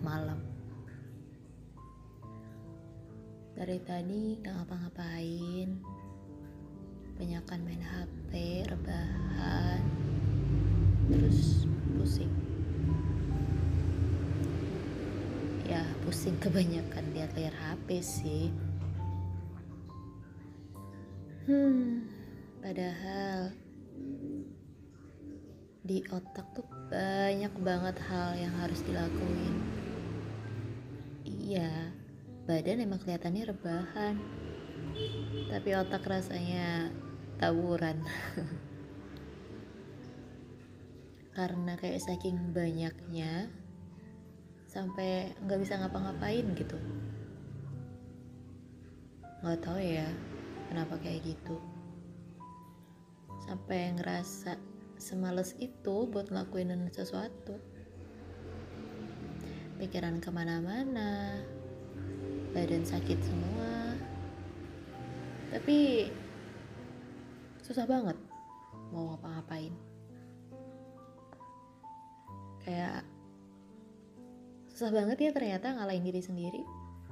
malam. Dari tadi gak ngapa-ngapain, banyakan main HP, rebahan, terus pusing. Ya pusing kebanyakan lihat layar HP sih. Padahal di otak tuh banyak banget hal yang harus dilakuin. Iya, badan emang kelihatannya rebahan, tapi otak rasanya tawuran. Karena kayak saking banyaknya sampai nggak bisa ngapa-ngapain gitu. Nggak tahu ya kenapa kayak gitu. Sampai ngerasa semales itu buat ngelakuin sesuatu. Pikiran kemana-mana, badan sakit semua, tapi susah banget mau ngapa-ngapain. Kayak susah banget ya ternyata ngalahin diri sendiri.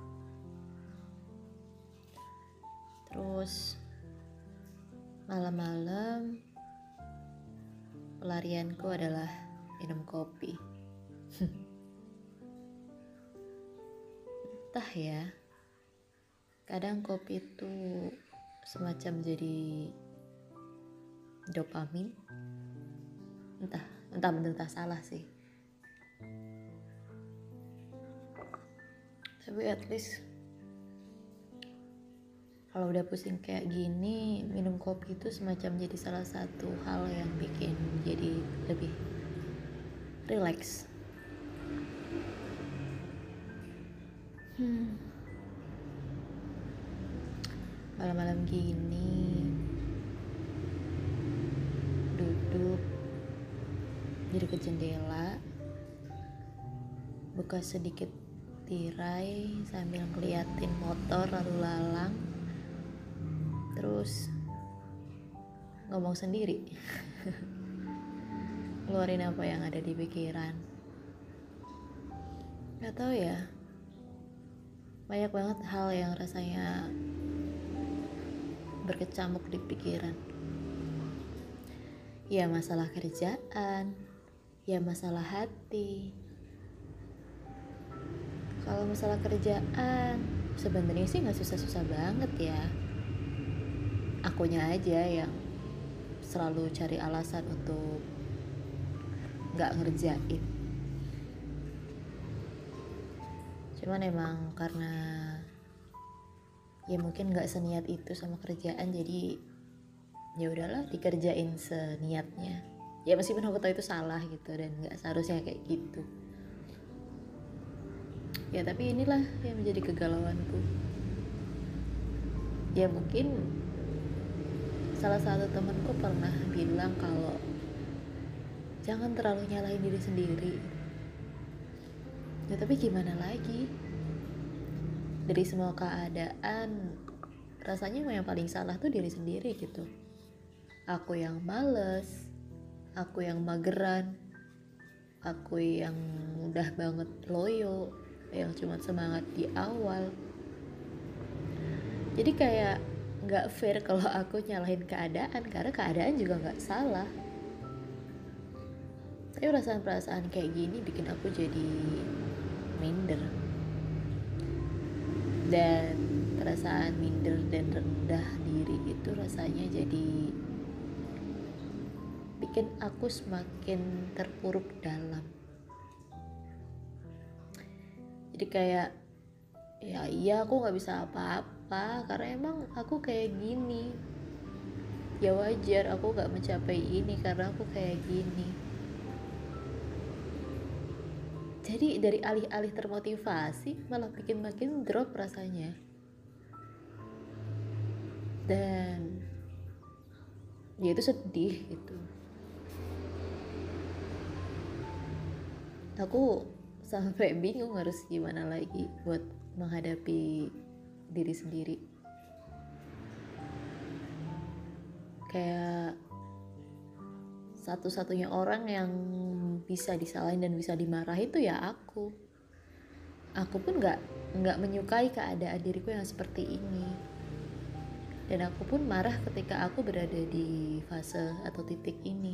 Terus malam-malam pelarianku adalah minum kopi. Entah ya, kadang kopi itu semacam jadi dopamin. Entah salah sih. Tapi at least kalau udah pusing kayak gini, minum kopi itu semacam jadi salah satu hal yang bikin jadi lebih relax. Malam-malam gini duduk jadi ke jendela, buka sedikit tirai sambil ngeliatin motor lalu lalang, terus ngomong sendiri. Keluarin apa yang ada di pikiran. Gak tahu ya, banyak banget hal yang rasanya berkecamuk di pikiran. Ya masalah kerjaan, ya masalah hati. Kalau masalah kerjaan sebenarnya sih gak susah-susah banget ya. Akunya aja yang selalu cari alasan untuk gak ngerjain. Cuman emang karena ya mungkin gak seniat itu sama kerjaan, jadi ya udahlah dikerjain seniatnya. Ya meskipun aku tahu itu salah gitu dan gak seharusnya kayak gitu. Ya tapi inilah yang menjadi kegalauanku. Ya mungkin salah satu temanku pernah bilang kalau jangan terlalu nyalahin diri sendiri. Ya tapi gimana lagi? Dari semua keadaan rasanya yang paling salah tuh diri sendiri gitu. Aku yang males, aku yang mageran, aku yang udah banget loyo, yang cuma semangat di awal. Jadi kayak gak fair kalau aku nyalahin keadaan, karena keadaan juga gak salah. Tapi perasaan-perasaan kayak gini bikin aku jadi minder. Dan perasaan minder dan rendah diri itu rasanya jadi bikin aku semakin terpuruk dalam. Jadi kayak ya iya aku gak bisa apa-apa karena emang aku kayak gini. Ya wajar aku gak mencapai ini karena aku kayak gini. Jadi dari alih-alih termotivasi malah bikin makin drop rasanya. Dan ya itu sedih gitu. Aku sampai bingung harus gimana lagi buat menghadapi diri sendiri. Kayak satu-satunya orang yang bisa disalahin dan bisa dimarahin itu ya aku. aku pun nggak menyukai keadaan diriku yang seperti ini. Dan aku pun marah ketika aku berada di fase atau titik ini.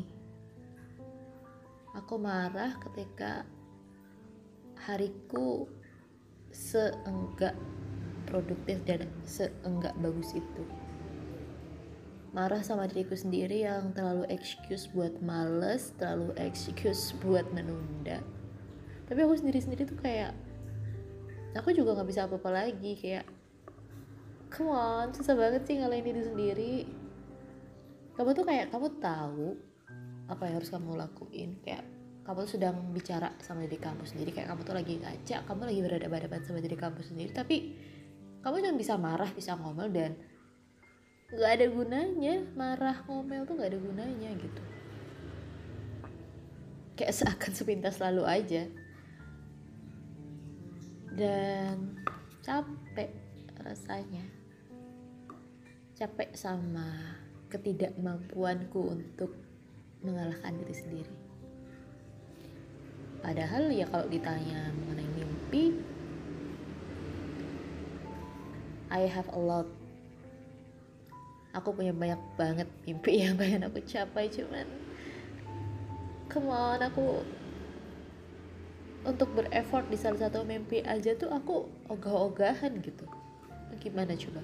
Aku marah ketika hariku seenggak produktif dan seenggak bagus itu. Marah sama diriku sendiri yang terlalu excuse buat males, terlalu excuse buat menunda. Tapi aku sendiri-sendiri tuh kayak, aku juga gak bisa apa-apa lagi. Kayak, come on, susah banget sih ngalahin diri sendiri. Kamu tuh kayak, kamu tahu apa yang harus kamu lakuin. Kayak, kamu tuh sedang bicara sama diri kamu sendiri. Kayak kamu tuh lagi ngaca, kamu lagi berhadapan-hadapan sama diri kamu sendiri. Tapi, kamu cuma bisa marah, bisa ngomel, dan gak ada gunanya. Marah, ngomel tuh gak ada gunanya gitu. Kayak seakan sepintas lalu aja. Dan capek rasanya. Capek sama ketidakmampuanku untuk mengalahkan diri sendiri. Padahal ya kalau ditanya mengenai mimpi, I have a lot. Aku punya banyak banget mimpi yang pengen aku capai, cuman come on, aku untuk bereffort di salah satu mimpi aja tuh aku ogah-ogahan gitu. Gimana coba?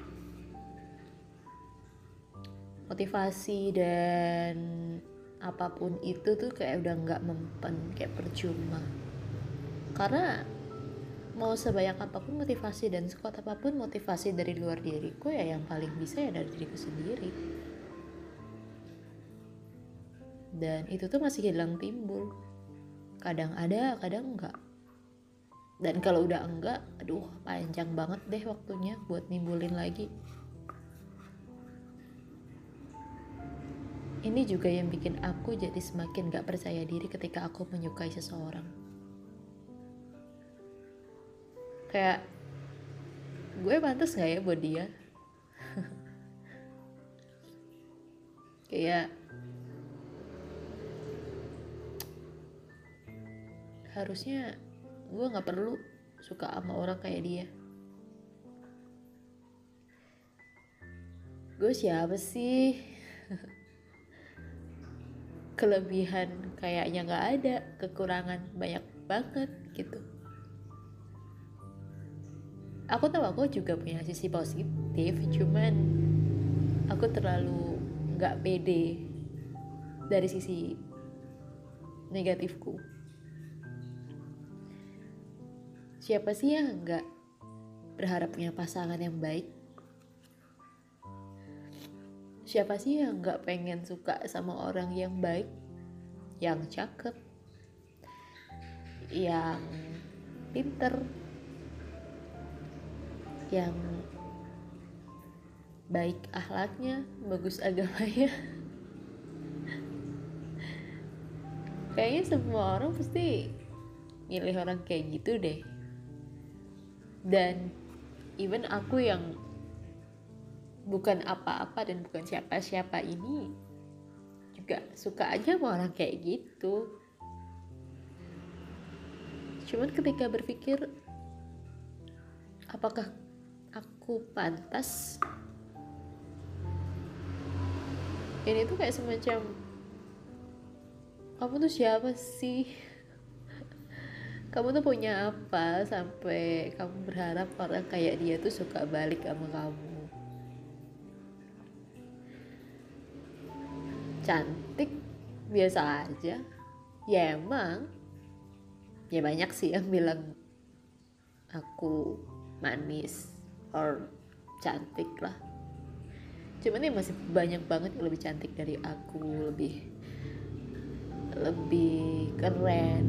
Motivasi dan apapun itu tuh kayak udah gak mempan, kayak percuma. Karena mau sebanyak apapun motivasi dan sekuat apapun motivasi dari luar diriku, ya yang paling bisa ya dari diriku sendiri. Dan itu tuh masih hilang timbul. Kadang ada, kadang enggak. Dan kalau udah enggak, aduh panjang banget deh waktunya buat nimbulin lagi. Ini juga yang bikin aku jadi semakin gak percaya diri ketika aku menyukai seseorang. Kayak, gue pantas gak ya buat dia? Kayak, harusnya gue gak perlu suka sama orang kayak dia. Gue siapa sih? Kelebihan kayaknya gak ada, kekurangan banyak banget gitu. Aku tahu aku juga punya sisi positif, cuman aku terlalu gak pede dari sisi negatifku. Siapa sih yang gak berharap punya pasangan yang baik? Siapa sih yang gak pengen suka sama orang yang baik, yang cakep, yang pinter, yang baik akhlaknya, bagus agamanya? Kayaknya semua orang pasti milih orang kayak gitu deh. Dan even aku yang bukan apa-apa dan bukan siapa-siapa ini juga suka aja sama orang kayak gitu. Cuman ketika berpikir, apakah aku pantas? Ini tuh kayak semacam, kamu tuh siapa sih? Kamu tuh punya apa sampai kamu berharap orang kayak dia tuh suka balik sama kamu? Cantik biasa aja. Ya emang, ya banyak sih yang bilang aku manis or cantik lah. Cuman ya masih banyak banget yang lebih cantik dari aku, lebih keren,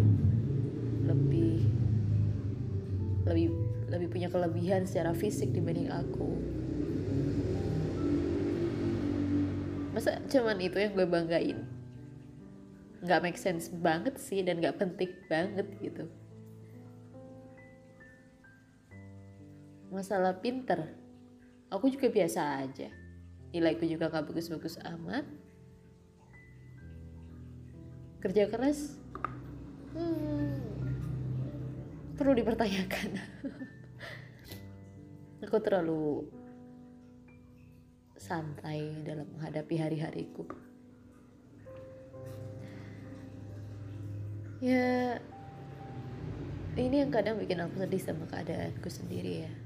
lebih punya kelebihan secara fisik dibanding aku. Masa cuman itu yang gue banggain? Gak make sense banget sih, dan gak penting banget gitu. Masalah pinter, aku juga biasa aja. Nilaiku juga gak bagus-bagus amat. Kerja keras, perlu dipertanyakan. Aku terlalu santai dalam menghadapi hari-hariku. Ya, ini yang kadang bikin aku sedih sama keadaanku sendiri ya.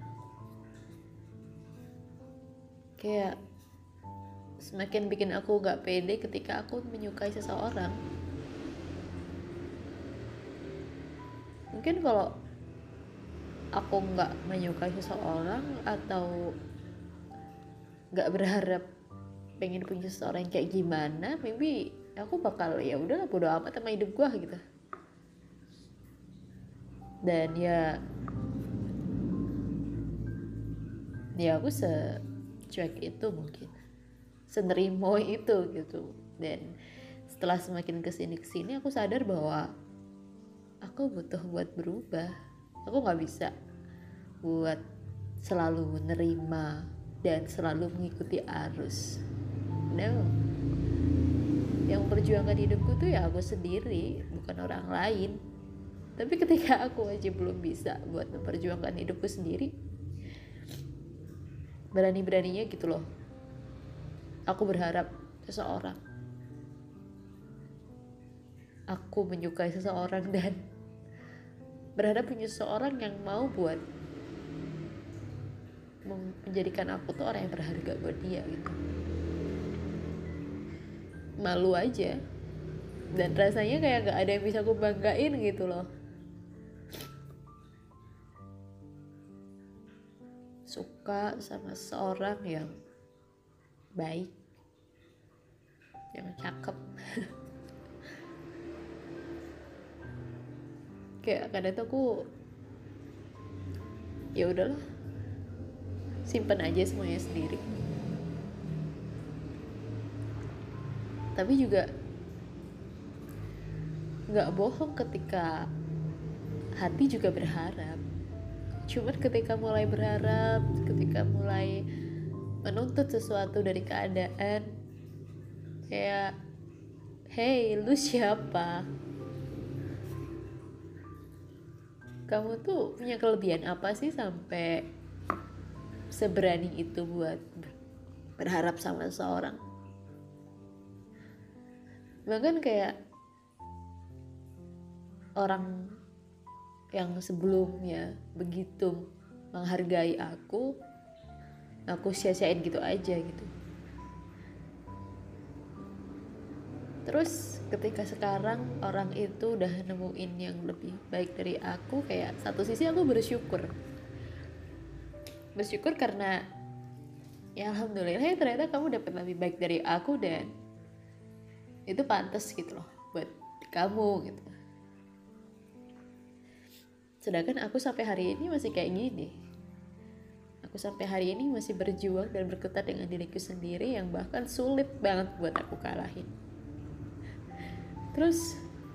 Kayak semakin bikin aku gak pede ketika aku menyukai seseorang. Mungkin kalau aku gak menyukai seseorang atau gak berharap pengen punya seseorang kayak gimana, maybe aku bakal ya udahlah bodo amat sama hidup gue gitu. Dan ya aku secuek itu mungkin, senerimo itu gitu. Dan setelah semakin kesini aku sadar bahwa aku butuh buat berubah. Aku gak bisa buat selalu menerima dan selalu mengikuti arus. No, yang memperjuangkan hidupku tuh ya aku sendiri, bukan orang lain. Tapi ketika aku aja belum bisa buat memperjuangkan hidupku sendiri, berani-beraninya gitu loh aku berharap seseorang, aku menyukai seseorang dan berharap punya seseorang yang mau buat menjadikan aku tuh orang yang berharga buat dia gitu. Malu aja, dan rasanya kayak gak ada yang bisa aku banggain gitu loh. Suka sama seorang yang baik, yang cakep. Kayak kadang tuh aku ya udahlah, simpen aja semuanya sendiri. Tapi juga nggak bohong ketika hati juga berharap. Cuman ketika mulai berharap, ketika mulai menuntut sesuatu dari keadaan, kayak, hey, lu siapa? Kamu tuh punya kelebihan apa sih sampai seberani itu buat berharap sama seseorang? Bahkan kayak orang yang sebelumnya begitu menghargai aku sia-siain gitu aja gitu. Terus ketika sekarang orang itu udah nemuin yang lebih baik dari aku, kayak satu sisi aku bersyukur karena ya alhamdulillah ya ternyata kamu dapat lebih baik dari aku dan itu pantas gitu loh buat kamu gitu. Sedangkan aku sampai hari ini masih kayak gini. Aku sampai hari ini masih berjuang dan berkutat dengan diriku sendiri yang bahkan sulit banget buat aku kalahin. Terus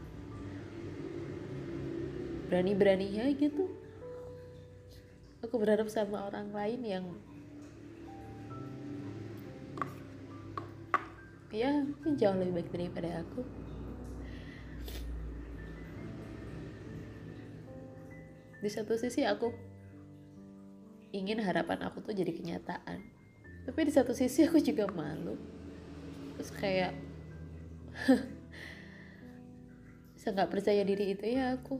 berani-beraninya gitu aku berharap sama orang lain yang ya jauh lebih baik daripada aku. Di satu sisi aku ingin harapan aku tuh jadi kenyataan, tapi di satu sisi aku juga malu. Terus kayak nggak percaya diri itu ya aku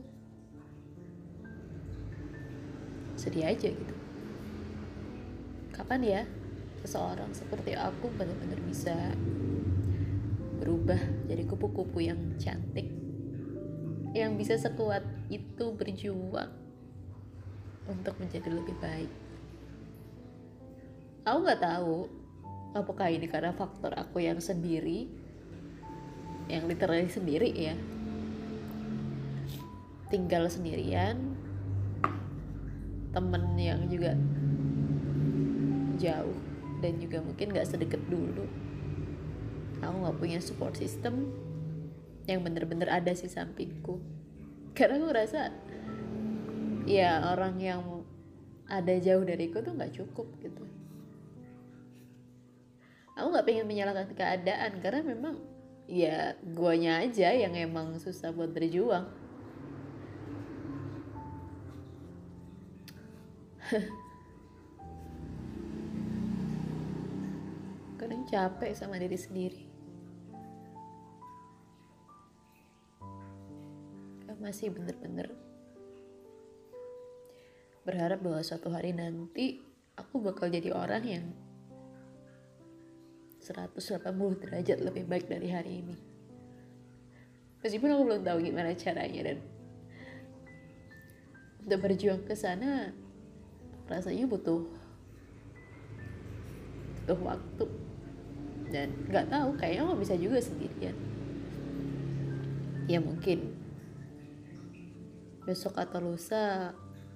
sedih aja gitu. Kapan ya seseorang seperti aku benar-benar bisa berubah jadi kupu-kupu yang cantik, yang bisa sekuat itu berjuang untuk menjadi lebih baik. Aku nggak tahu apakah ini karena faktor aku yang sendiri, yang literally sendiri ya, tinggal sendirian, temen yang juga jauh dan juga mungkin gak sedekat dulu. Aku gak punya support system yang bener-bener ada di sampingku, karena aku ngerasa ya orang yang ada jauh dariku tuh gak cukup gitu. Aku gak pengen menyalahkan keadaan, karena memang ya guanya aja yang emang susah buat berjuang. Kadang capek sama diri sendiri. Masih bener-bener berharap bahwa suatu hari nanti aku bakal jadi orang yang 180 derajat lebih baik dari hari ini. Meskipun aku belum tahu gimana caranya, dan untuk berjuang ke sana rasanya butuh waktu, dan nggak tahu, kayaknya nggak bisa juga sendirian. Ya mungkin besok atau lusa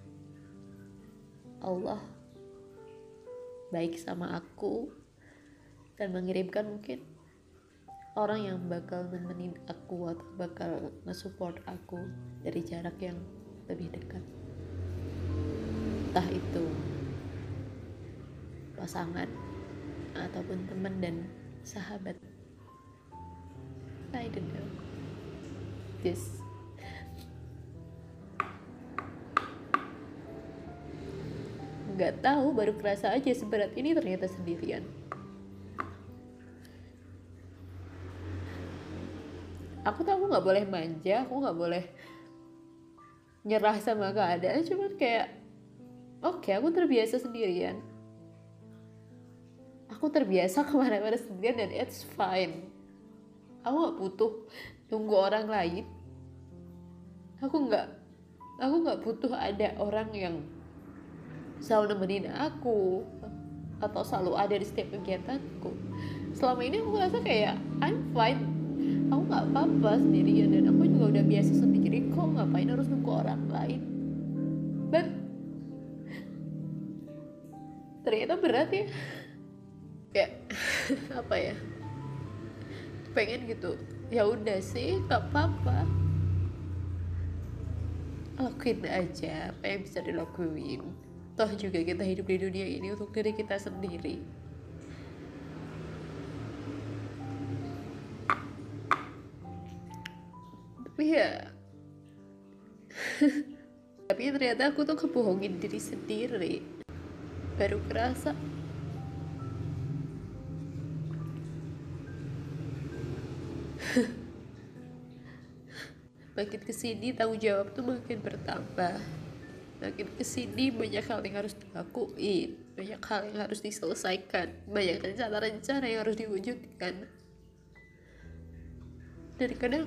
Allah baik sama aku dan mengirimkan mungkin orang yang bakal nemenin aku atau bakal nge-support aku dari jarak yang lebih dekat. Entah itu pasangan ataupun teman dan sahabat. I don't know. Nggak tahu, baru kerasa aja seberat ini ternyata sendirian. Aku tahu aku nggak boleh manja, aku nggak boleh nyerah sama keadaan, cuman kayak oke, aku terbiasa sendirian. Aku terbiasa kemana-mana sendirian dan it's fine. Aku nggak butuh nunggu orang lain. Aku nggak butuh ada orang yang selalu nemenin aku atau selalu ada di setiap kegiatanku. Selama ini aku rasa kayak I'm fine, aku nggak apa-apa sendirian, dan aku juga udah biasa sendiri kok, ngapain harus nunggu orang lain. But ternyata berat ya, kayak apa ya, pengen gitu, ya udah sih nggak apa-apa, lakuin aja apa yang bisa dilakuin. Toh juga kita hidup di dunia ini untuk diri kita sendiri. Tapi ya tapi ternyata aku tuh kebohongin diri sendiri. Baru kerasa makin kesini tanggung jawab tuh makin bertambah. Makin kesini banyak hal yang harus dilakuin, banyak hal yang harus diselesaikan, banyak rencana-rencana yang harus diwujudkan. Dan kadang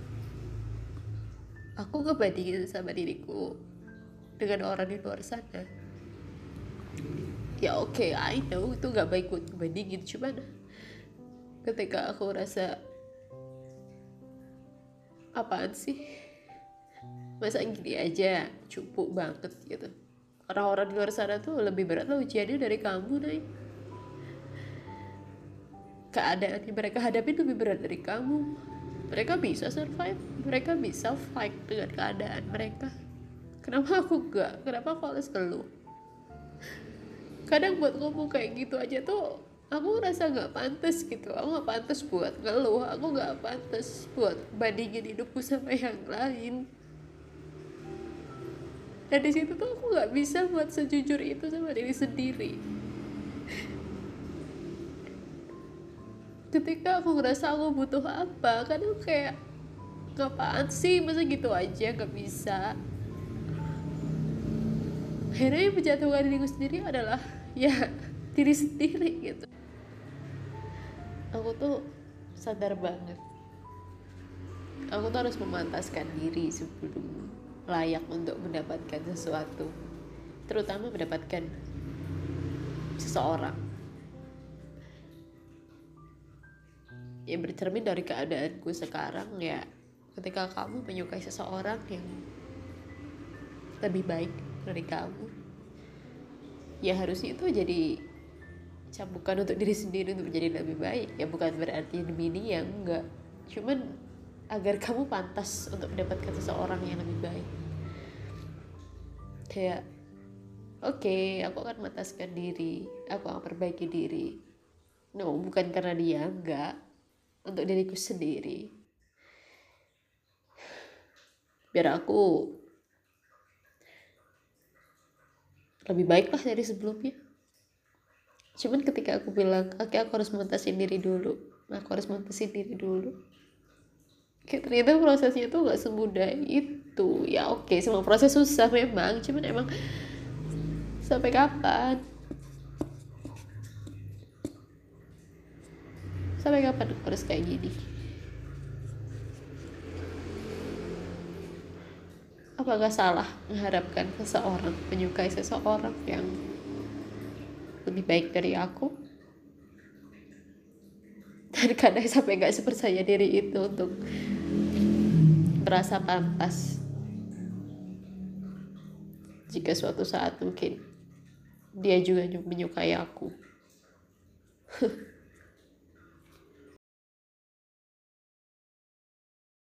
aku ngebandingin sama diriku dengan orang di luar sana. Ya oke, I know itu gak baik buat ngebandingin, cuman ketika aku rasa apaan sih, masa gini aja cukup banget gitu. Orang-orang di luar sana tuh lebih berat lah ujiannya dari kamu, Nay. Keadaan yang mereka hadapi lebih berat dari kamu. Mereka bisa survive, mereka bisa fight dengan keadaan mereka. Kenapa aku enggak? Kenapa aku harus ngeluh? Kadang buat ngomong kayak gitu aja tuh aku ngerasa gak pantas gitu. Aku gak pantas buat ngeluh, aku gak pantas buat bandingin hidupku sama yang lain. Dan di situ tuh aku nggak bisa buat sejujur itu sama diri sendiri. Ketika aku ngerasa aku butuh apa, kadang kayak apaan sih, masa gitu aja nggak bisa. Akhirnya yang menjatuhkan diriku sendiri adalah ya diri sendiri gitu. Aku tuh sadar banget, aku tuh harus memantaskan diri sebelum layak untuk mendapatkan sesuatu, terutama mendapatkan seseorang. Ya bercermin dari keadaanku sekarang, ya ketika kamu menyukai seseorang yang lebih baik dari kamu, ya harusnya itu jadi cambukan untuk diri sendiri untuk menjadi lebih baik. Ya bukan berarti demi dia, enggak, cuman agar kamu pantas untuk mendapatkan seseorang yang lebih baik. Kayak oke, aku akan memantaskan diri, aku akan perbaiki diri. No, bukan karena dia, enggak, untuk diriku sendiri. Biar aku lebih baik lah dari sebelumnya. Cuman ketika aku bilang oke, aku harus mutusin diri dulu, kayak ternyata prosesnya tuh gak semudah itu. Ya oke, semua proses susah memang, cuman emang sampai kapan aku harus kayak gini? Apakah salah mengharapkan seseorang menyukai seseorang yang lebih baik dari aku? Dan kadang sampai gak sepercaya diri itu untuk merasa pantas jika suatu saat mungkin dia juga menyukai aku.